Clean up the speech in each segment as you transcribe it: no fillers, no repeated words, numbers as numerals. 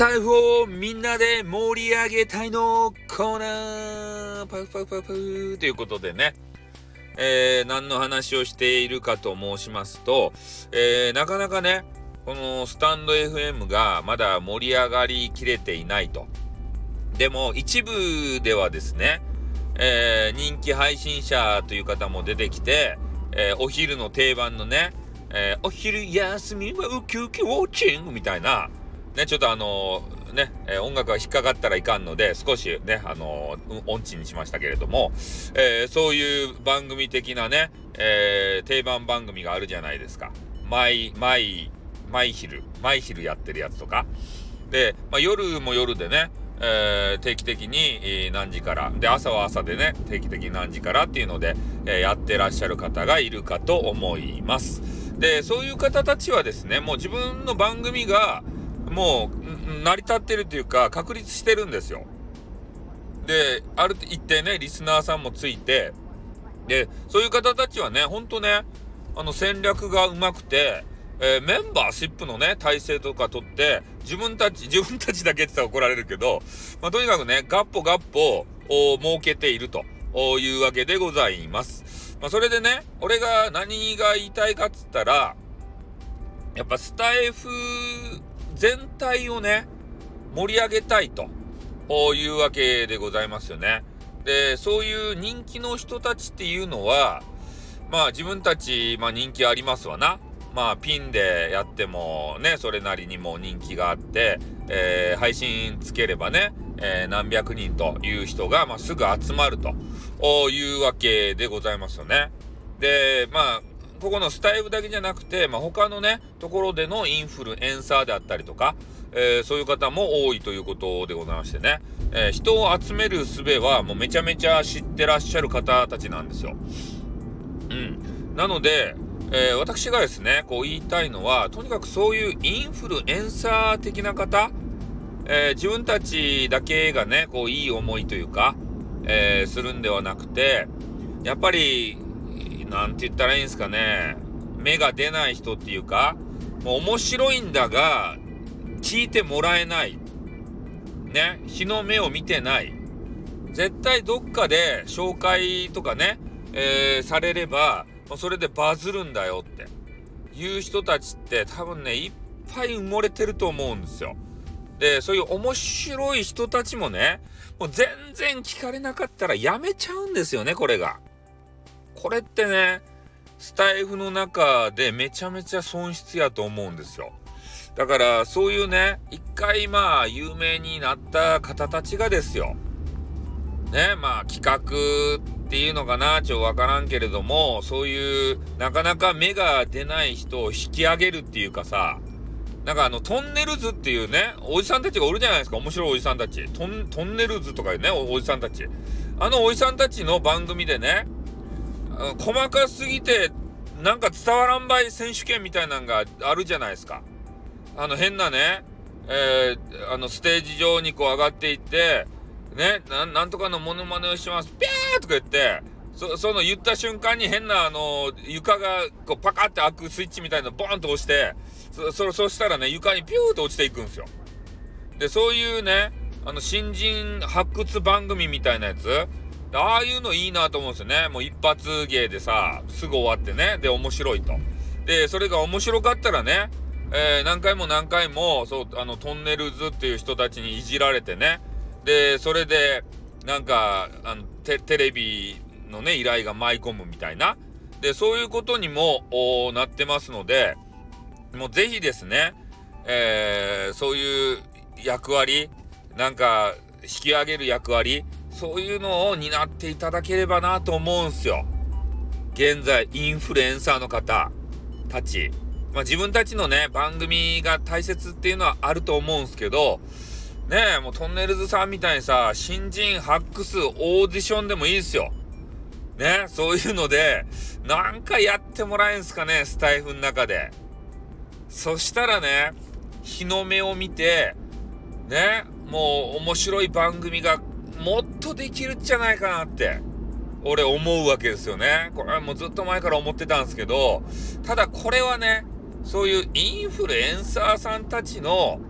タイフをみんなで盛り上げたいのコーナーパフパフパフということでね、何の話をしているかと申しますと、なかなかねこのスタンド FM がまだ盛り上がりきれていないと。でも一部ではですね、人気配信者という方も出てきて、お昼の定番のね、お昼休みはウキウキウォッチングみたいなね、ちょっと音楽が引っかかったらいかんので少しね音痴にしましたけれども、そういう番組的なね、定番番組があるじゃないですか。毎昼やってるやつとかで、夜も夜でね、定期的に何時からで、朝は朝でね定期的に何時からっていうので、やってらっしゃる方がいるかと思います。でそういう方たちはですね、もう自分の番組がもう成り立ってるというか確立してるんですよ。である一定ねリスナーさんもついて、でそういう方たちはねほんとね戦略がうまくて、メンバーシップのね体制とか取って自分たちだけって言ったら怒られるけど、とにかくねガッポを設けているというわけでございます。それでね俺が何が言いたいかっつったら、やっぱスタイフ全体をね盛り上げたいというわけでございますよね。でそういう人気の人たちっていうのは自分たち人気ありますわな。ピンでやってもねそれなりにも人気があって、配信つければね、何百人という人がすぐ集まるというわけでございますよね。でここのスタイフだけじゃなくて、他のねところでのインフルエンサーであったりとか、そういう方も多いということでございましてね、人を集める術はもうめちゃめちゃ知ってらっしゃる方たちなんですよ。なので、私がですねこう言いたいのは、とにかくそういうインフルエンサー的な方、自分たちだけがねこういい思いというか、するんではなくて、やっぱりなんて言ったらいいんですかね、目が出ない人っていうか、もう面白いんだが聞いてもらえないね、日の目を見てない、絶対どっかで紹介とかね、されればそれでバズるんだよっていう人たちって多分ねいっぱい埋もれてると思うんですよ。でそういう面白い人たちもねもう全然聞かれなかったらやめちゃうんですよね。これってねスタイフの中でめちゃめちゃ損失やと思うんですよ。だからそういうね一回有名になった方たちがですよね、企画っていうのかなちょっとわからんけれども、そういうなかなか芽が出ない人を引き上げるっていうかさ、トンネルズっていうねおじさんたちがおるじゃないですか。面白いおじさんたち、トンネルズとかいうねおじさんたち、おじさんたちの番組でね、細かすぎてなんか伝わらんばい選手権みたいなのがあるじゃないですか。変なね、ステージ上にこう上がっていってね、なんとかのモノマネをしますピャーとか言って、その言った瞬間に変な床がこうパカって開くスイッチみたいなのボーンと押して、そうしたらね床にピューと落ちていくんですよ。でそういうね新人発掘番組みたいなやつ、ああいうのいいなと思うんですよね。もう一発芸でさすぐ終わってね、で面白いと。でそれが面白かったらね、何回もそうトンネルズっていう人たちにいじられてね、でそれでなんかテレビのね依頼が舞い込むみたいな、でそういうことにもなってますので、もうぜひですね、そういう役割、なんか引き上げる役割、そういうのを担っていただければなと思うんすよ。現在インフルエンサーの方たち、自分たちのね番組が大切っていうのはあると思うんすけどね、もうトンネルズさんみたいにさ新人発掘オーディションでもいいですよね。そういうのでなんかやってもらえんすかね、スタイフの中で。そしたらね日の目を見てね、もう面白い番組がもっとできるんじゃないかなって俺思うわけですよね。これはもうずっと前から思ってたんですけど、ただこれはねそういうインフルエンサーさんたちの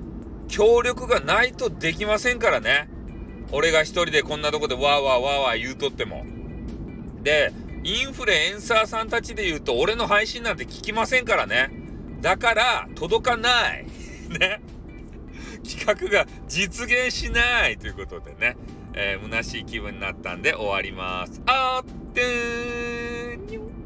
協力がないとできませんからね。俺が一人でこんなとこでわーわーわーわー言うとっても。で、インフルエンサーさんたちで言うと俺の配信なんて聞きませんからね。だから届かない。ね。企画が実現しないということでね、虚しい気分になったんで終わります。あってーにょ